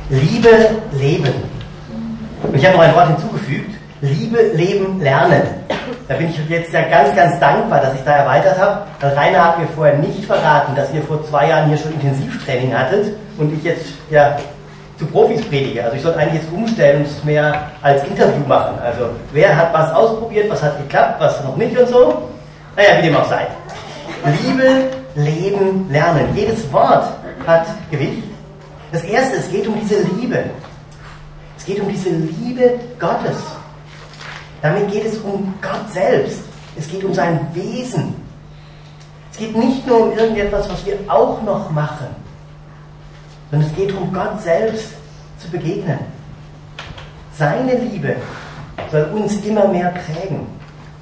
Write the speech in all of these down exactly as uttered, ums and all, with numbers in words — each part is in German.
Liebe, Leben. Und ich habe noch ein Wort hinzugefügt. Liebe, Leben, Lernen. Da bin ich jetzt ja ganz, ganz dankbar, dass ich da erweitert habe. Weil Rainer hat mir vorher nicht verraten, dass ihr vor zwei Jahren hier schon Intensivtraining hattet und ich jetzt ja zu Profis predige. Also ich sollte eigentlich jetzt umstellen und es mehr als Interview machen. Also wer hat was ausprobiert, was hat geklappt, was noch nicht und so. Naja, wie dem auch sei. Liebe, Leben, Lernen. Jedes Wort hat Gewicht. Das erste, es geht um diese Liebe. Es geht um diese Liebe Gottes. Damit geht es um Gott selbst. Es geht um sein Wesen. Es geht nicht nur um irgendetwas, was wir auch noch machen, sondern es geht um Gott selbst zu begegnen. Seine Liebe soll uns immer mehr prägen. Und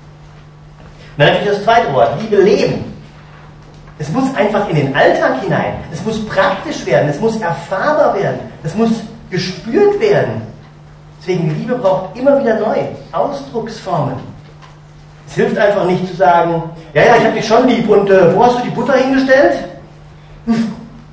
dann natürlich das zweite Wort, Liebe, Leben. Es muss einfach in den Alltag hinein. Es muss praktisch werden. Es muss erfahrbar werden. Es muss gespürt werden. Deswegen, die Liebe braucht immer wieder neu Ausdrucksformen. Es hilft einfach nicht zu sagen, ja, ja, ich habe dich schon lieb und äh, wo hast du die Butter hingestellt? Hm.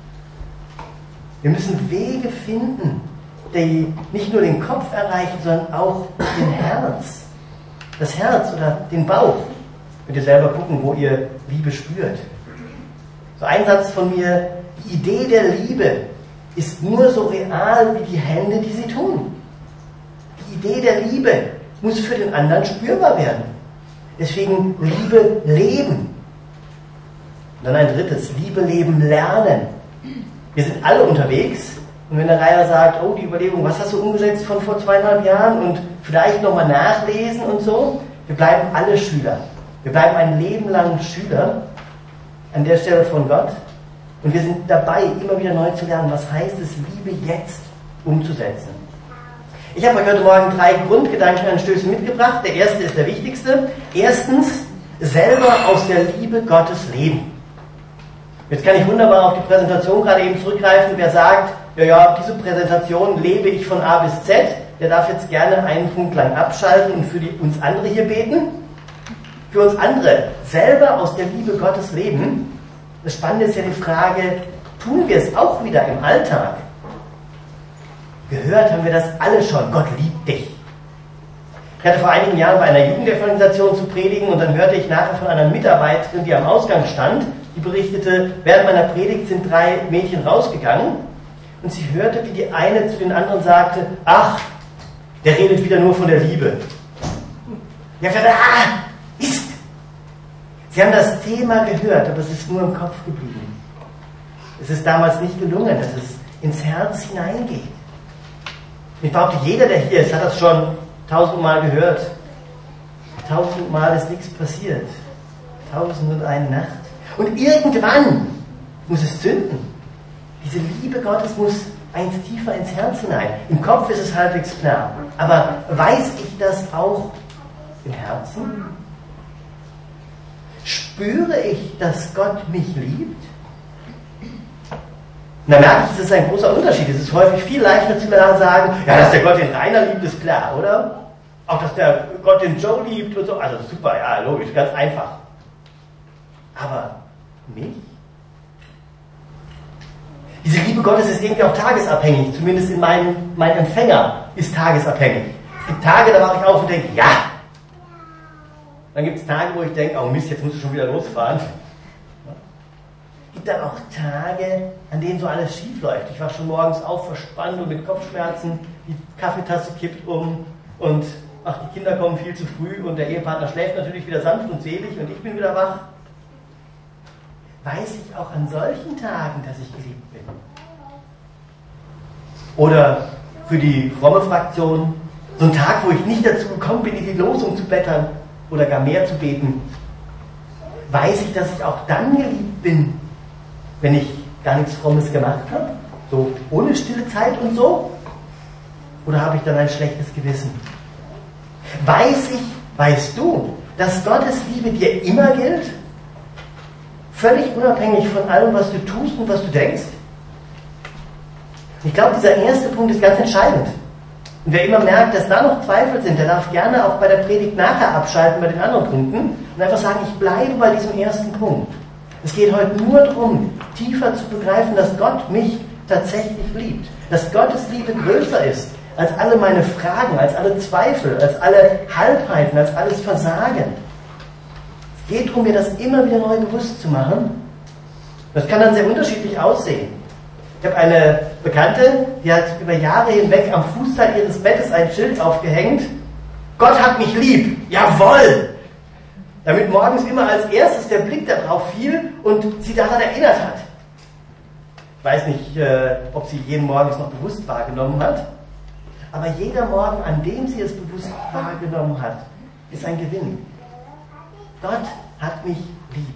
Wir müssen Wege finden, die nicht nur den Kopf erreichen, sondern auch den Herz. Das Herz oder den Bauch. Könnt ihr selber gucken, wo ihr Liebe spürt. So ein Satz von mir, die Idee der Liebe ist nur so real wie die Hände, die sie tun. Die Idee der Liebe muss für den anderen spürbar werden. Deswegen Liebe leben. Und dann ein drittes, Liebe leben lernen. Wir sind alle unterwegs und wenn der Rainer sagt, oh, die Überlegung, was hast du umgesetzt von vor zweieinhalb Jahren und vielleicht nochmal nachlesen und so, wir bleiben alle Schüler. Wir bleiben ein Leben lang Schüler an der Stelle von Gott und wir sind dabei, immer wieder neu zu lernen, was heißt es, Liebe jetzt umzusetzen. Ich habe euch heute Morgen drei Grundgedankenanstöße mitgebracht. Der erste ist der wichtigste. Erstens, selber aus der Liebe Gottes leben. Jetzt kann ich wunderbar auf die Präsentation gerade eben zurückgreifen. Wer sagt, ja, ja, diese Präsentation lebe ich von A bis Z, der darf jetzt gerne einen Punkt lang abschalten und für die, uns andere hier beten. Für uns andere selber aus der Liebe Gottes leben. Das Spannende ist ja die Frage, tun wir es auch wieder im Alltag? Gehört haben wir das alle schon. Gott liebt dich. Ich hatte vor einigen Jahren bei einer Jugendevangelisation zu predigen und dann hörte ich nachher von einer Mitarbeiterin, die am Ausgang stand, die berichtete, während meiner Predigt sind drei Mädchen rausgegangen und sie hörte, wie die eine zu den anderen sagte, ach, der redet wieder nur von der Liebe. Ich dachte, ah, ist. Sie haben das Thema gehört, aber es ist nur im Kopf geblieben. Es ist damals nicht gelungen, dass es ins Herz hineingeht. Ich behaupte, jeder, der hier ist, hat das schon tausendmal gehört. Tausendmal ist nichts passiert. Tausend und eine Nacht. Und irgendwann muss es zünden. Diese Liebe Gottes muss eins tiefer ins Herz hinein. Im Kopf ist es halbwegs klar. Aber weiß ich das auch im Herzen? Spüre ich, dass Gott mich liebt? Und dann merke ich, das ist ein großer Unterschied. Es ist häufig viel leichter zu sagen, ja, dass der Gott den Rainer liebt, ist klar, oder? Auch, dass der Gott den Joe liebt und so. Also super, ja, logisch, ganz einfach. Aber mich? Diese Liebe Gottes ist irgendwie auch tagesabhängig. Zumindest in meinem, mein Empfänger ist tagesabhängig. Es gibt Tage, da wache ich auf und denke, ja. Dann gibt es Tage, wo ich denke, oh Mist, jetzt musst du schon wieder losfahren. Es gibt dann auch Tage, an denen so alles schief läuft. Ich wache schon morgens auf, verspannt und mit Kopfschmerzen, die Kaffeetasse kippt um und ach, die Kinder kommen viel zu früh und der Ehepartner schläft natürlich wieder sanft und selig und ich bin wieder wach. Weiß ich auch an solchen Tagen, dass ich geliebt bin? Oder für die fromme Fraktion, so ein Tag, wo ich nicht dazu gekommen bin, in die Losung zu blättern oder gar mehr zu beten. Weiß ich, dass ich auch dann geliebt bin, wenn ich gar nichts Frommes gemacht habe? So ohne stille Zeit und so? Oder habe ich dann ein schlechtes Gewissen? Weiß ich, weißt du, dass Gottes Liebe dir immer gilt? Völlig unabhängig von allem, was du tust und was du denkst? Ich glaube, dieser erste Punkt ist ganz entscheidend. Und wer immer merkt, dass da noch Zweifel sind, der darf gerne auch bei der Predigt nachher abschalten bei den anderen Punkten und einfach sagen, ich bleibe bei diesem ersten Punkt. Es geht heute nur darum, tiefer zu begreifen, dass Gott mich tatsächlich liebt. Dass Gottes Liebe größer ist als alle meine Fragen, als alle Zweifel, als alle Halbheiten, als alles Versagen. Es geht darum, mir das immer wieder neu bewusst zu machen. Das kann dann sehr unterschiedlich aussehen. Ich habe eine Bekannte, die hat über Jahre hinweg am Fußteil ihres Bettes ein Schild aufgehängt. Gott hat mich lieb. Jawohl! Damit morgens immer als erstes der Blick darauf fiel und sie daran erinnert hat. Ich weiß nicht, ob sie jeden Morgen es noch bewusst wahrgenommen hat, aber jeder Morgen, an dem sie es bewusst wahrgenommen hat, ist ein Gewinn. Gott hat mich lieb.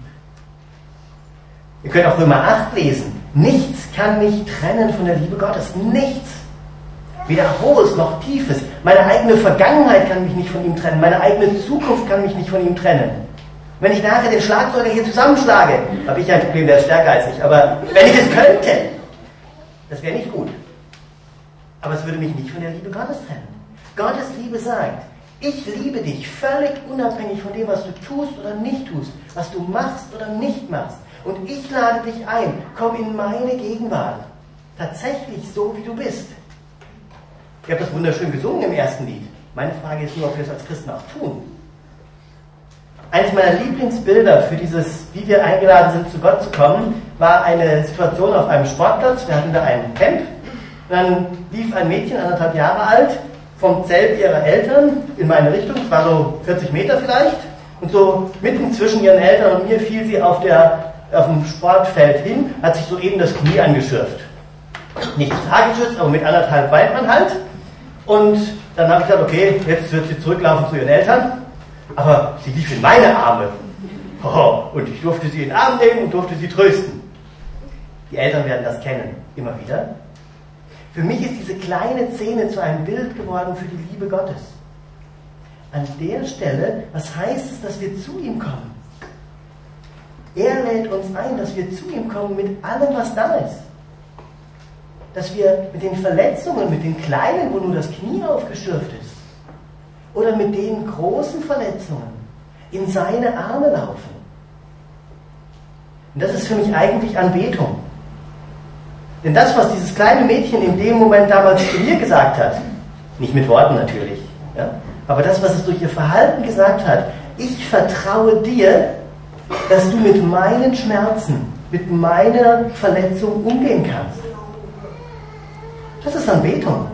Ihr könnt auch Römer acht lesen. Nichts kann mich trennen von der Liebe Gottes. Nichts. Weder Hohes noch Tiefes. Meine eigene Vergangenheit kann mich nicht von ihm trennen. Meine eigene Zukunft kann mich nicht von ihm trennen. Wenn ich nachher den Schlagzeuger hier zusammenschlage, habe ich ein Problem, der ist stärker als ich. Aber wenn ich es könnte, das wäre nicht gut. Aber es würde mich nicht von der Liebe Gottes trennen. Gottes Liebe sagt, ich liebe dich völlig unabhängig von dem, was du tust oder nicht tust, was du machst oder nicht machst. Und ich lade dich ein, komm in meine Gegenwart. Tatsächlich so, wie du bist. Ich habe das wunderschön gesungen im ersten Lied. Meine Frage ist nur, ob wir es als Christen auch tun. Eines meiner Lieblingsbilder für dieses, wie wir eingeladen sind, zu Gott zu kommen, war eine Situation auf einem Sportplatz. Wir hatten da ein Camp. Und dann lief ein Mädchen, anderthalb Jahre alt, vom Zelt ihrer Eltern in meine Richtung. Es war so vierzig Meter vielleicht. Und so mitten zwischen ihren Eltern und mir fiel sie auf, der, auf dem Sportfeld hin, hat sich soeben das Knie angeschürft. Nicht tagesschützt, aber mit anderthalb weint man halt. Und dann habe ich gesagt, okay, jetzt wird sie zurücklaufen zu ihren Eltern. Aber sie lief in meine Arme. Oh, und ich durfte sie in den Arm nehmen und durfte sie trösten. Die Eltern werden das kennen, immer wieder. Für mich ist diese kleine Szene zu einem Bild geworden für die Liebe Gottes. An der Stelle, was heißt es, dass wir zu ihm kommen? Er lädt uns ein, dass wir zu ihm kommen mit allem, was da ist. Dass wir mit den Verletzungen, mit den kleinen, wo nur das Knie aufgeschürft ist, oder mit den großen Verletzungen in seine Arme laufen. Und das ist für mich eigentlich Anbetung. Denn das, was dieses kleine Mädchen in dem Moment damals zu mir gesagt hat, nicht mit Worten natürlich, ja, aber das, was es durch ihr Verhalten gesagt hat, ich vertraue dir, dass du mit meinen Schmerzen, mit meiner Verletzung umgehen kannst. Das ist Anbetung.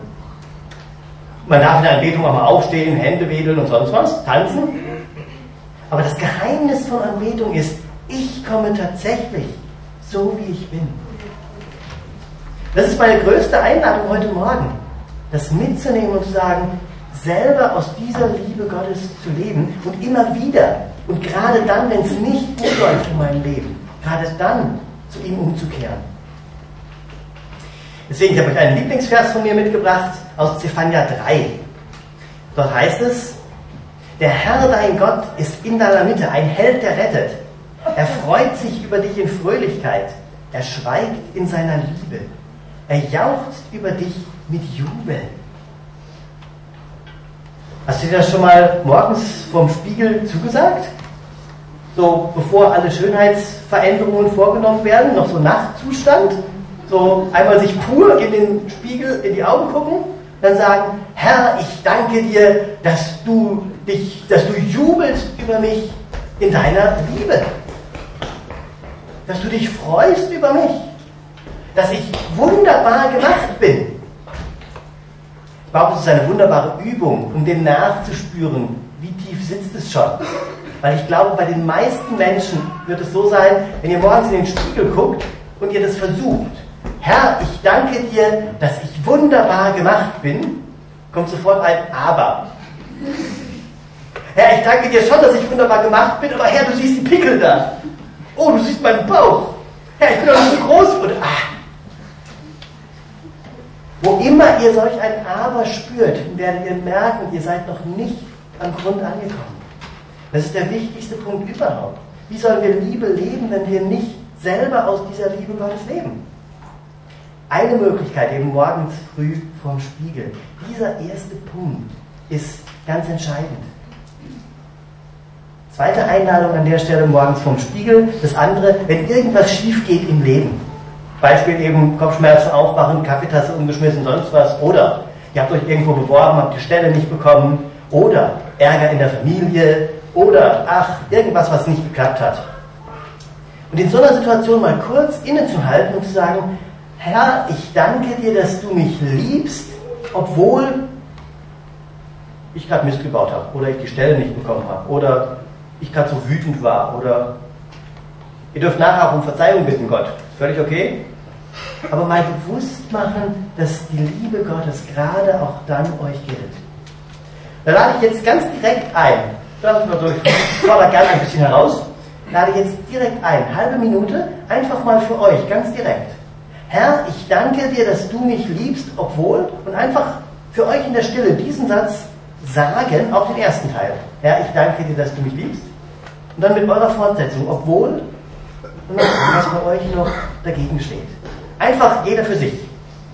Man darf in der Anbetung auch mal aufstehen, Hände wedeln und sonst was, tanzen. Aber das Geheimnis von Anbetung ist, ich komme tatsächlich so, wie ich bin. Das ist meine größte Einladung heute Morgen, das mitzunehmen und zu sagen, selber aus dieser Liebe Gottes zu leben und immer wieder und gerade dann, wenn es nicht gut läuft in meinem Leben, gerade dann zu ihm umzukehren. Deswegen habe ich einen Lieblingsvers von mir mitgebracht aus Zephania drei. Dort heißt es, der Herr dein Gott ist in deiner Mitte, ein Held, der rettet. Er freut sich über dich in Fröhlichkeit, er schweigt in seiner Liebe. Er jauchzt über dich mit Jubel. Hast du dir das schon mal morgens vorm Spiegel zugesagt? So bevor alle Schönheitsveränderungen vorgenommen werden, noch so Nachtzustand? So einmal sich pur in den Spiegel, in die Augen gucken, dann sagen, Herr, ich danke dir, dass du dich, dass du jubelst über mich in deiner Liebe. Dass du dich freust über mich. Dass ich wunderbar gemacht bin. Ich glaube, es ist eine wunderbare Übung, um dem nachzuspüren, wie tief sitzt es schon. Weil ich glaube, bei den meisten Menschen wird es so sein, wenn ihr morgens in den Spiegel guckt und ihr das versucht. Herr, ich danke dir, dass ich wunderbar gemacht bin, kommt sofort ein Aber. Herr, ich danke dir schon, dass ich wunderbar gemacht bin, aber Herr, du siehst die Pickel da. Oh, du siehst meinen Bauch. Herr, ich bin doch nicht so groß. Oder, ah. Wo immer ihr solch ein Aber spürt, werdet ihr merken, ihr seid noch nicht am Grund angekommen. Das ist der wichtigste Punkt überhaupt. Wie sollen wir Liebe leben, wenn wir nicht selber aus dieser Liebe Gottes leben? Eine Möglichkeit, eben morgens früh vorm Spiegel. Dieser erste Punkt ist ganz entscheidend. Zweite Einladung an der Stelle morgens vorm Spiegel. Das andere, wenn irgendwas schief geht im Leben. Beispiel eben Kopfschmerzen, Aufwachen, Kaffeetasse umgeschmissen, sonst was. Oder ihr habt euch irgendwo beworben, habt die Stelle nicht bekommen. Oder Ärger in der Familie. Oder, ach, irgendwas, was nicht geklappt hat. Und in so einer Situation mal kurz innezuhalten und zu sagen, Herr, ich danke dir, dass du mich liebst, obwohl ich gerade Mist gebaut habe oder ich die Stelle nicht bekommen habe oder ich gerade so wütend war oder ihr dürft nachher auch um Verzeihung bitten, Gott. Völlig okay. Aber mal bewusst machen, dass die Liebe Gottes gerade auch dann euch gilt. Da lade ich jetzt ganz direkt ein. Ich fordere gerne ein bisschen heraus. Lade jetzt direkt ein, halbe Minute, einfach mal für euch, ganz direkt. Herr, ich danke dir, dass du mich liebst, obwohl, und einfach für euch in der Stille diesen Satz sagen, auch den ersten Teil. Herr, ich danke dir, dass du mich liebst. Und dann mit eurer Fortsetzung, obwohl, und dann, was bei euch noch dagegen steht. Einfach jeder für sich.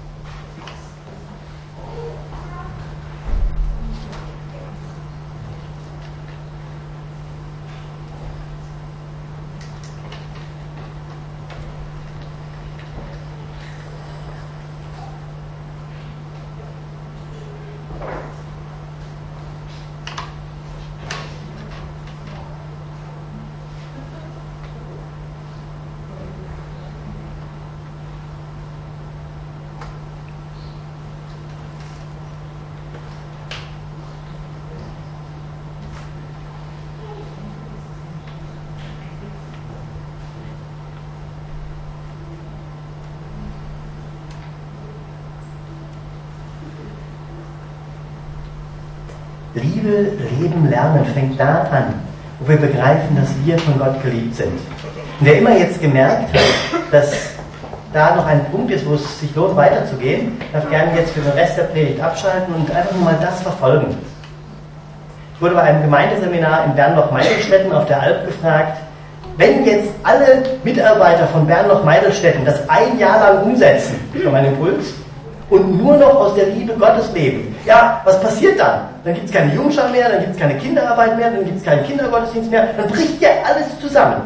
Liebe, Leben, Lernen fängt da an, wo wir begreifen, dass wir von Gott geliebt sind. Und wer immer jetzt gemerkt hat, dass da noch ein Punkt ist, wo es sich lohnt, weiterzugehen, darf gerne jetzt für den Rest der Predigt abschalten und einfach nur mal das verfolgen. Ich wurde bei einem Gemeindeseminar in Bernloch-Meidelstetten auf der Alp gefragt, wenn jetzt alle Mitarbeiter von Bernloch-Meidelstetten das ein Jahr lang umsetzen, das war mein Impuls, und nur noch aus der Liebe Gottes leben. Ja, was passiert dann? Dann gibt es keine Jungschar mehr, dann gibt es keine Kinderarbeit mehr, dann gibt es keinen Kindergottesdienst mehr, dann bricht ja alles zusammen.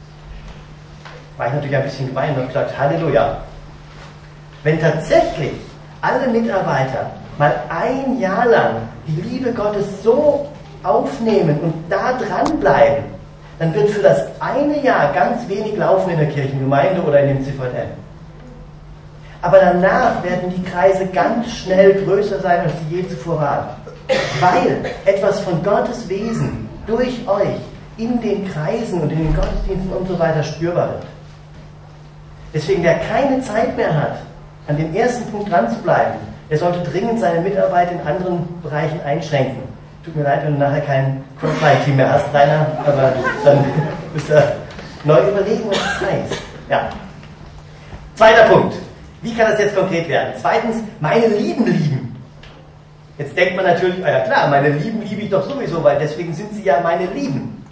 War ich natürlich ein bisschen geweint und gesagt, Halleluja. Wenn tatsächlich alle Mitarbeiter mal ein Jahr lang die Liebe Gottes so aufnehmen und da dranbleiben, dann wird für das eine Jahr ganz wenig laufen in der Kirchengemeinde oder in dem C V M. Aber danach werden die Kreise ganz schnell größer sein, als sie je zuvor waren. Weil etwas von Gottes Wesen durch euch in den Kreisen und in den Gottesdiensten und so weiter spürbar wird. Deswegen, wer keine Zeit mehr hat, an dem ersten Punkt dran zu bleiben, der sollte dringend seine Mitarbeit in anderen Bereichen einschränken. Tut mir leid, wenn du nachher kein Crossfire-Team mehr hast, Rainer, aber dann müsst ihr neu überlegen, was das heißt. Ja. Zweiter Punkt. Wie kann das jetzt konkret werden? Zweitens, meine Lieben lieben. Jetzt denkt man natürlich, ah ja klar, meine Lieben liebe ich doch sowieso, weil deswegen sind sie ja meine Lieben.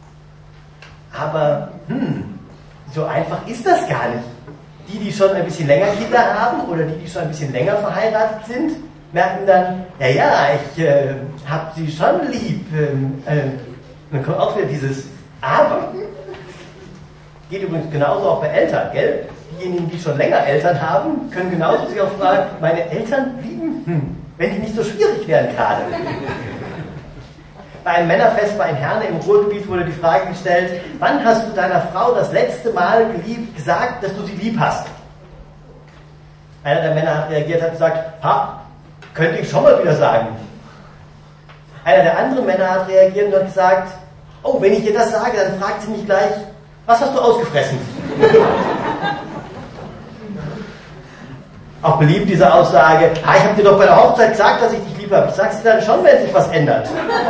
Aber, hm, so einfach ist das gar nicht. Die, die schon ein bisschen länger Kinder haben oder die, die schon ein bisschen länger verheiratet sind, merken dann, ja, ja, ich äh, habe sie schon lieb. Ähm, äh, dann kommt auch wieder dieses Aber. Geht übrigens genauso auch bei Eltern, gell? Diejenigen, die schon länger Eltern haben, können genauso sich auch fragen, meine Eltern lieben? Hm, wenn die nicht so schwierig wären gerade. Bei einem Männerfest bei Herne im Ruhrgebiet wurde die Frage gestellt, wann hast du deiner Frau das letzte Mal geliebt, gesagt, dass du sie lieb hast? Einer der Männer hat reagiert, hat gesagt, ha, könnte ich schon mal wieder sagen. Einer der anderen Männer hat reagiert und hat gesagt, oh, wenn ich ihr das sage, dann fragt sie mich gleich, was hast du ausgefressen? Auch beliebt diese Aussage, ah, ich habe dir doch bei der Hochzeit gesagt, dass ich dich lieb habe. Ich sag's dir dann schon, wenn sich was ändert.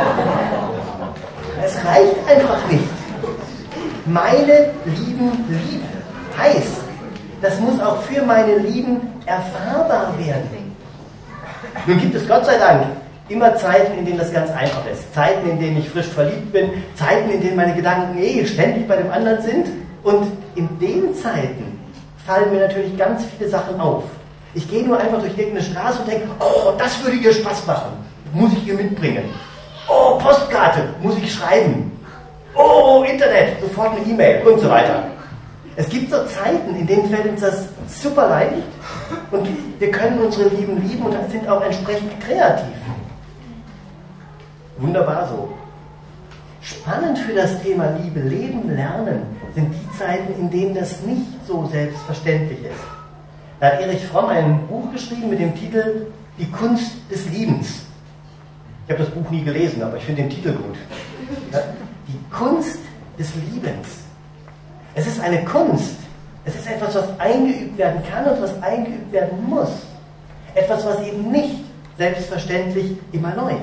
Es reicht einfach nicht. Meine Lieben lieben heißt, das muss auch für meine Lieben erfahrbar werden. Nun gibt es Gott sei Dank immer Zeiten, in denen das ganz einfach ist. Zeiten, in denen ich frisch verliebt bin, Zeiten, in denen meine Gedanken eh ständig bei dem anderen sind. Und in den Zeiten fallen mir natürlich ganz viele Sachen auf. Ich gehe nur einfach durch irgendeine Straße und denke, oh, das würde ihr Spaß machen. Muss ich ihr mitbringen. Oh, Postkarte, muss ich schreiben. Oh, Internet, sofort eine E-Mail und so weiter. Es gibt so Zeiten, in denen fällt uns das super leicht und wir können unsere Lieben lieben und sind auch entsprechend kreativ. Wunderbar so. Spannend für das Thema Liebe, Leben, Lernen sind die Zeiten, in denen das nicht so selbstverständlich ist. Da hat Erich Fromm ein Buch geschrieben mit dem Titel Die Kunst des Liebens. Ich habe das Buch nie gelesen, aber ich finde den Titel gut. Ja? Die Kunst des Liebens. Es ist eine Kunst. Es ist etwas, was eingeübt werden kann und was eingeübt werden muss. Etwas, was eben nicht selbstverständlich immer läuft.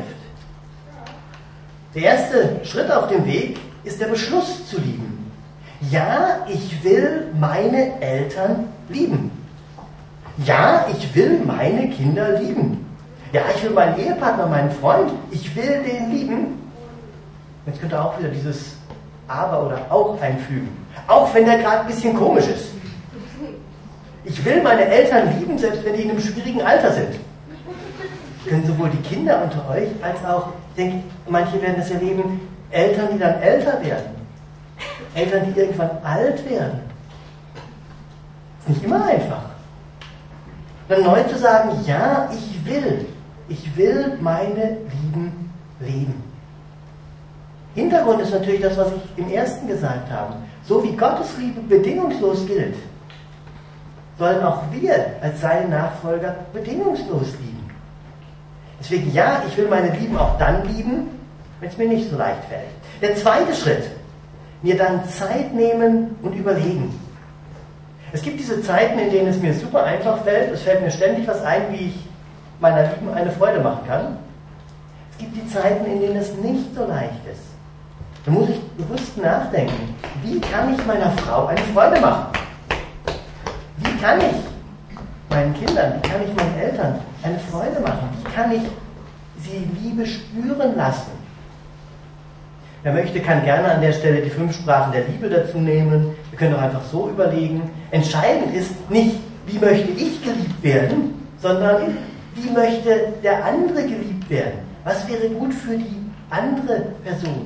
Der erste Schritt auf dem Weg ist der Beschluss zu lieben. Ja, ich will meine Eltern lieben. Ja, ich will meine Kinder lieben. Ja, ich will meinen Ehepartner, meinen Freund, ich will den lieben. Jetzt könnt ihr auch wieder dieses Aber oder auch einfügen. Auch wenn der gerade ein bisschen komisch ist. Ich will meine Eltern lieben, selbst wenn die in einem schwierigen Alter sind. Können sowohl die Kinder unter euch als auch, ich denke, manche werden es erleben, Eltern, die dann älter werden. Eltern, die irgendwann alt werden. Ist nicht immer einfach. Dann neu zu sagen, ja, ich will, ich will meine Lieben leben. Hintergrund ist natürlich das, was ich im ersten gesagt habe. So wie Gottes Liebe bedingungslos gilt, sollen auch wir als seine Nachfolger bedingungslos lieben. Deswegen, ja, ich will meine Lieben auch dann lieben, wenn es mir nicht so leicht fällt. Der zweite Schritt, mir dann Zeit nehmen und überlegen. Es gibt diese Zeiten, in denen es mir super einfach fällt, es fällt mir ständig was ein, wie ich meiner Lieben eine Freude machen kann. Es gibt die Zeiten, in denen es nicht so leicht ist. Da muss ich bewusst nachdenken, wie kann ich meiner Frau eine Freude machen? Wie kann ich meinen Kindern, wie kann ich meinen Eltern eine Freude machen? Wie kann ich sie Liebe spüren lassen? Wer möchte, kann gerne an der Stelle die fünf Sprachen der Liebe dazu nehmen. Wir können doch einfach so überlegen. Entscheidend ist nicht, wie möchte ich geliebt werden, sondern wie möchte der andere geliebt werden? Was wäre gut für die andere Person?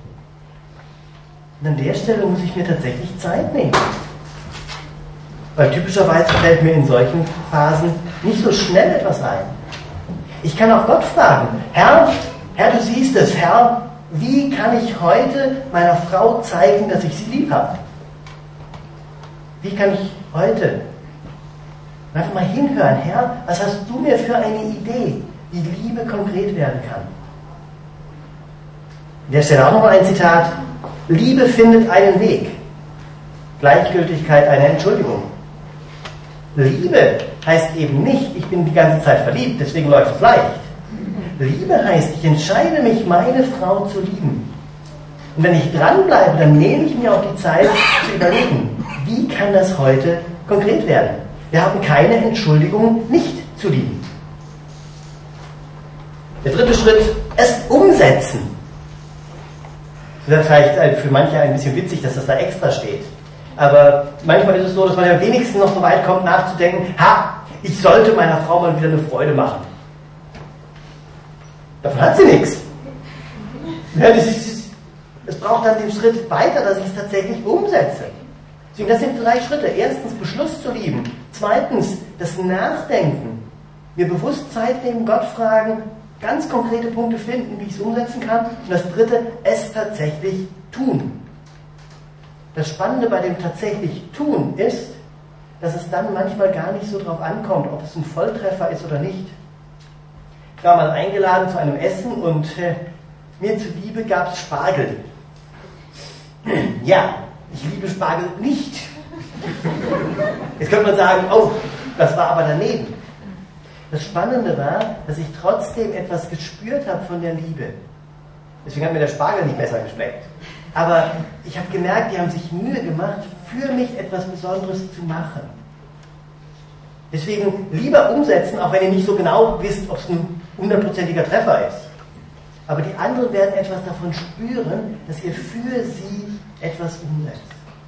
Und an der Stelle muss ich mir tatsächlich Zeit nehmen. Weil typischerweise fällt mir in solchen Phasen nicht so schnell etwas ein. Ich kann auch Gott fragen, Herr, Herr, du siehst es, Herr, wie kann ich heute meiner Frau zeigen, dass ich sie lieb habe? Wie kann ich heute einfach mal hinhören, Herr, was hast du mir für eine Idee, wie Liebe konkret werden kann? An der Stelle auch nochmal ein Zitat. Liebe findet einen Weg. Gleichgültigkeit eine Entschuldigung. Liebe heißt eben nicht, ich bin die ganze Zeit verliebt, deswegen läuft es leicht. Liebe heißt, ich entscheide mich, meine Frau zu lieben. Und wenn ich dranbleibe, dann nehme ich mir auch die Zeit zu überlegen, wie kann das heute konkret werden? Wir haben keine Entschuldigung, nicht zu lieben. Der dritte Schritt, es umsetzen. Das ist vielleicht für manche ein bisschen witzig, dass das da extra steht. Aber manchmal ist es so, dass man ja wenigstens noch so weit kommt, nachzudenken, ha, ich sollte meiner Frau mal wieder eine Freude machen. Davon hat sie nichts. Ja, das ist, es braucht dann den Schritt weiter, dass ich es tatsächlich umsetze. Deswegen, das sind drei Schritte. Erstens, Beschluss zu lieben. Zweitens, das Nachdenken. Mir bewusst Zeit nehmen, Gott fragen, ganz konkrete Punkte finden, wie ich es umsetzen kann. Und das dritte, es tatsächlich tun. Das Spannende bei dem tatsächlich tun ist, dass es dann manchmal gar nicht so drauf ankommt, ob es ein Volltreffer ist oder nicht. Ich war mal eingeladen zu einem Essen und äh, mir zuliebe gab es Spargel. Ja, ich liebe Spargel nicht. Jetzt könnte man sagen, oh, das war aber daneben. Das Spannende war, dass ich trotzdem etwas gespürt habe von der Liebe. Deswegen hat mir der Spargel nicht besser geschmeckt. Aber ich habe gemerkt, die haben sich Mühe gemacht, für mich etwas Besonderes zu machen. Deswegen lieber umsetzen, auch wenn ihr nicht so genau wisst, ob es ein hundertprozentiger Treffer ist. Aber die anderen werden etwas davon spüren, dass ihr für sie etwas umsetzt.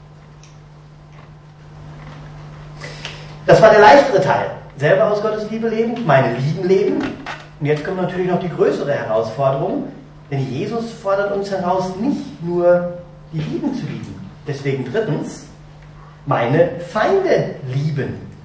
Das war der leichtere Teil. Selber aus Gottes Liebe leben, meine Lieben leben. Und jetzt kommt natürlich noch die größere Herausforderung, denn Jesus fordert uns heraus, nicht nur die Lieben zu lieben. Deswegen drittens, meine Feinde lieben.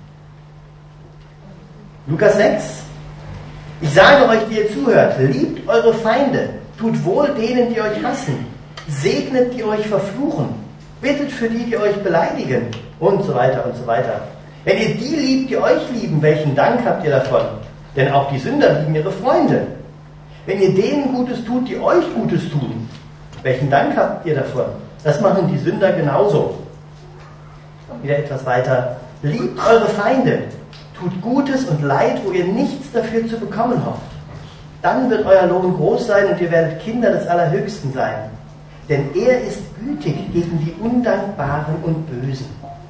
Lukas sechs. Ich sage euch, die ihr zuhört, liebt eure Feinde, tut wohl denen, die euch hassen, segnet, die euch verfluchen, bittet für die, die euch beleidigen und so weiter und so weiter. Wenn ihr die liebt, die euch lieben, welchen Dank habt ihr davon? Denn auch die Sünder lieben ihre Freunde. Wenn ihr denen Gutes tut, die euch Gutes tun, welchen Dank habt ihr davon? Das machen die Sünder genauso. Wieder etwas weiter. Liebt eure Feinde, tut Gutes und Leid, wo ihr nichts dafür zu bekommen hofft. Dann wird euer Lohn groß sein und ihr werdet Kinder des Allerhöchsten sein. Denn er ist gütig gegen die Undankbaren und Bösen.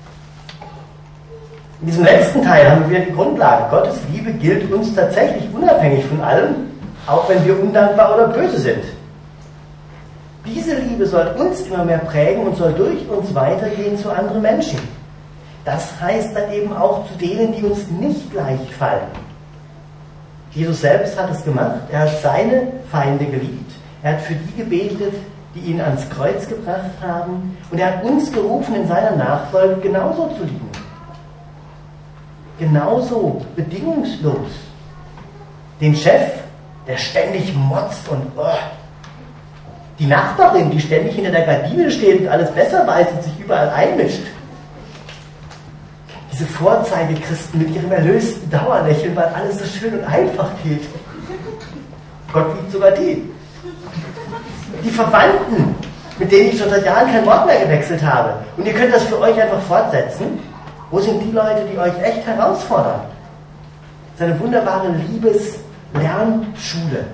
In diesem letzten Teil haben wir die Grundlage. Gottes Liebe gilt uns tatsächlich unabhängig von allem, auch wenn wir undankbar oder böse sind. Diese Liebe soll uns immer mehr prägen und soll durch uns weitergehen zu anderen Menschen. Das heißt dann eben auch zu denen, die uns nicht leicht fallen. Jesus selbst hat es gemacht. Er hat seine Feinde geliebt. Er hat für die gebetet, die ihn ans Kreuz gebracht haben. Und er hat uns gerufen, in seiner Nachfolge genauso zu lieben. Genauso bedingungslos. Den Chef, der ständig motzt und oh, die Nachbarin, die ständig hinter der Gardine steht und alles besser weiß und sich überall einmischt. Diese Vorzeigechristen mit ihrem erlösten Dauerlächeln, weil alles so schön und einfach geht. Gott liebt sogar die. Die Verwandten, mit denen ich schon seit Jahren kein Wort mehr gewechselt habe. Und ihr könnt das für euch einfach fortsetzen. Wo sind die Leute, die euch echt herausfordern? Das ist eine wunderbare Liebes-Lernschule.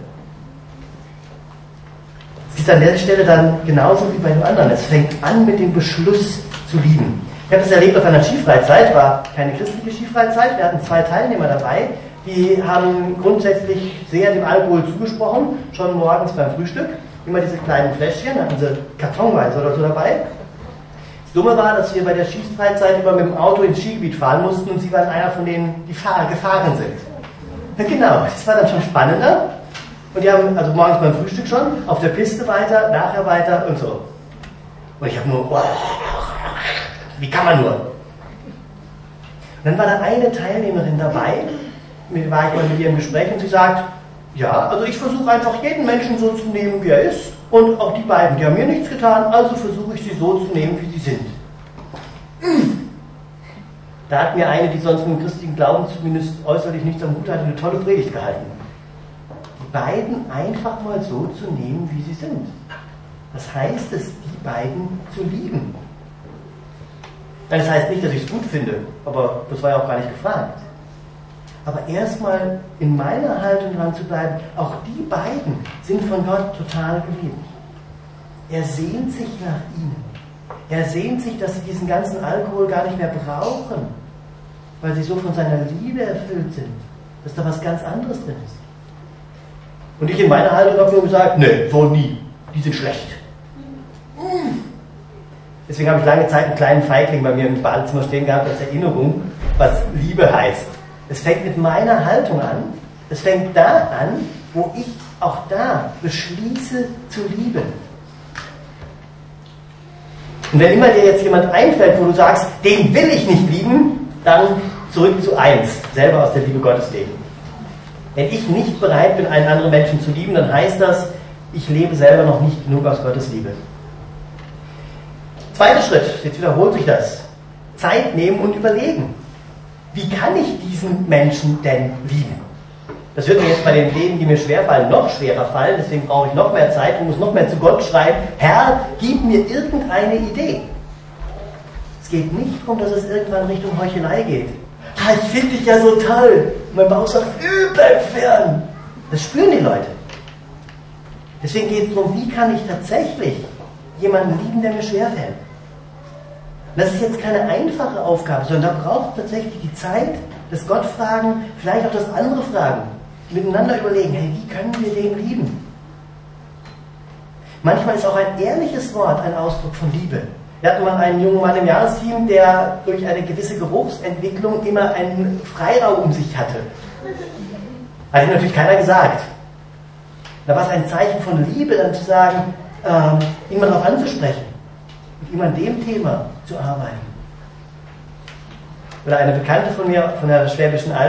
Es ist an der Stelle dann genauso wie bei den anderen. Es fängt an mit dem Beschluss zu lieben. Ich habe das erlebt auf einer Skifreizeit, war keine christliche Skifreizeit. Wir hatten zwei Teilnehmer dabei, die haben grundsätzlich sehr dem Alkohol zugesprochen, schon morgens beim Frühstück. Immer diese kleinen Fläschchen, hatten sie kartonweise oder so dabei. Das Dumme war, dass wir bei der Skifreizeit immer mit dem Auto ins Skigebiet fahren mussten und sie waren einer von denen, die fahr- gefahren sind. Und genau, das war dann schon spannender. Und die haben also morgens beim Frühstück schon, auf der Piste weiter, nachher weiter und so. Und ich habe nur, oh, wie kann man nur? Und dann war da eine Teilnehmerin dabei, mit war ich mal mit ihr im Gespräch und sie sagt, ja, also ich versuche einfach jeden Menschen so zu nehmen, wie er ist. Und auch die beiden, die haben mir nichts getan, also versuche ich sie so zu nehmen, wie sie sind. Da hat mir eine, die sonst mit dem christlichen Glauben zumindest äußerlich nichts am Hut hatte, eine tolle Predigt gehalten. Die beiden einfach mal so zu nehmen, wie sie sind. Was heißt es, die beiden zu lieben? Das heißt nicht, dass ich es gut finde, aber das war ja auch gar nicht gefragt. Aber erstmal in meiner Haltung dran zu bleiben, auch die beiden sind von Gott total geliebt. Er sehnt sich nach ihnen. Er sehnt sich, dass sie diesen ganzen Alkohol gar nicht mehr brauchen, weil sie so von seiner Liebe erfüllt sind, dass da was ganz anderes drin ist. Und ich in meiner Haltung habe nur gesagt, nee, so nie, die sind schlecht. Deswegen habe ich lange Zeit einen kleinen Feigling bei mir im Badezimmer stehen gehabt als Erinnerung, was Liebe heißt. Es fängt mit meiner Haltung an. Es fängt da an, wo ich auch da beschließe zu lieben. Und wenn immer dir jetzt jemand einfällt, wo du sagst, den will ich nicht lieben, dann zurück zu eins, selber aus der Liebe Gottes leben. Wenn ich nicht bereit bin, einen anderen Menschen zu lieben, dann heißt das, ich lebe selber noch nicht genug aus Gottes Liebe. Zweiter Schritt, jetzt wiederholt sich das. Zeit nehmen und überlegen. Wie kann ich diesen Menschen denn lieben? Das wird mir jetzt bei den Themen, die mir schwerfallen, noch schwerer fallen. Deswegen brauche ich noch mehr Zeit und muss noch mehr zu Gott schreien. Herr, gib mir irgendeine Idee. Es geht nicht darum, dass es irgendwann Richtung Heuchelei geht. Ah, ich finde dich ja so toll. Und mein Bauch sagt, bleib fern. Das spüren die Leute. Deswegen geht es darum, wie kann ich tatsächlich jemanden lieben, der mir schwerfällt. Das ist jetzt keine einfache Aufgabe, sondern da braucht es tatsächlich die Zeit, das Gott fragen, vielleicht auch das andere fragen, miteinander überlegen, hey, wie können wir den lieben? Manchmal ist auch ein ehrliches Wort ein Ausdruck von Liebe. Wir hatten mal einen jungen Mann im Jahresteam, der durch eine gewisse Geruchsentwicklung immer einen Freiraum um sich hatte. Hat ihm natürlich keiner gesagt. Da war es ein Zeichen von Liebe, dann zu sagen, ähm, ihn mal darauf anzusprechen, mit ihm an dem Thema zu arbeiten. Oder eine Bekannte von mir, von der Schwäbischen Alb,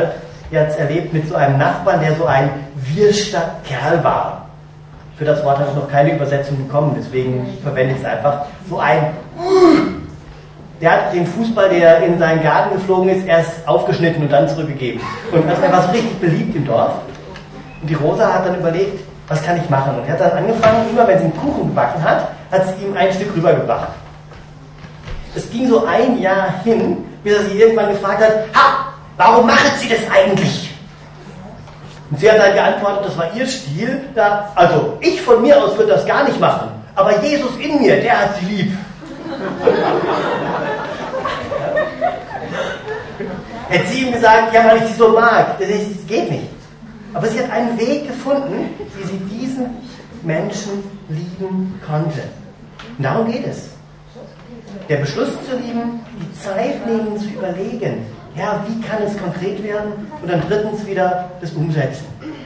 die hat es erlebt mit so einem Nachbarn, der so ein wirschter Kerl war. Für das Wort habe ich noch keine Übersetzung bekommen, deswegen verwende ich es einfach. So ein, der hat den Fußball, der in seinen Garten geflogen ist, erst aufgeschnitten und dann zurückgegeben. Und also er war so richtig beliebt im Dorf. Und die Rosa hat dann überlegt, was kann ich machen? Und er hat dann angefangen, immer wenn sie einen Kuchen gebacken hat, hat sie ihm ein Stück rübergebracht. Es ging so ein Jahr hin, bis er sie irgendwann gefragt hat, ha, warum macht sie das eigentlich? Und sie hat dann geantwortet, das war ihr Stil, da, also ich von mir aus würde das gar nicht machen, aber Jesus in mir, der hat sie lieb. Hätte sie ihm gesagt, ja, weil ich sie so mag, das geht nicht. Aber sie hat einen Weg gefunden, wie sie diesen Menschen lieben konnte. Und darum geht es. Der Beschluss zu lieben, die Zeit nehmen zu überlegen, ja, wie kann es konkret werden? Und dann drittens wieder das Umsetzen.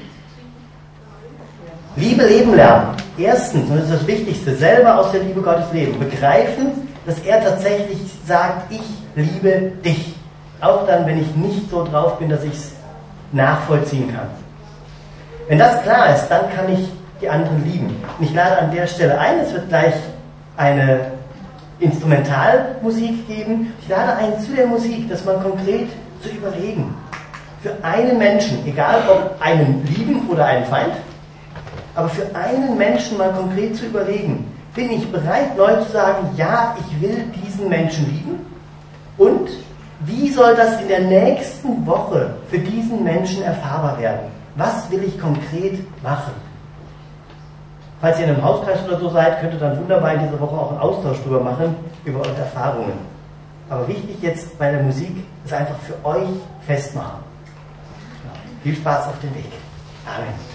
Liebe leben lernen. Erstens, und das ist das Wichtigste, selber aus der Liebe Gottes leben. Begreifen, dass er tatsächlich sagt, ich liebe dich. Auch dann, wenn ich nicht so drauf bin, dass ich es nachvollziehen kann. Wenn das klar ist, dann kann ich die anderen lieben. Und ich lade an der Stelle ein, es wird gleich eine Instrumentalmusik geben. Ich lade ein zu der Musik, das mal konkret zu überlegen. Für einen Menschen, egal ob einen lieben oder einen Feind, aber für einen Menschen mal konkret zu überlegen, bin ich bereit, neu zu sagen, ja, ich will diesen Menschen lieben? Und wie soll das in der nächsten Woche für diesen Menschen erfahrbar werden? Was will ich konkret machen? Falls ihr in einem Hauskreis oder so seid, könnt ihr dann wunderbar in dieser Woche auch einen Austausch drüber machen, über eure Erfahrungen. Aber wichtig jetzt bei der Musik ist einfach für euch festmachen. Ja, viel Spaß auf dem Weg. Amen.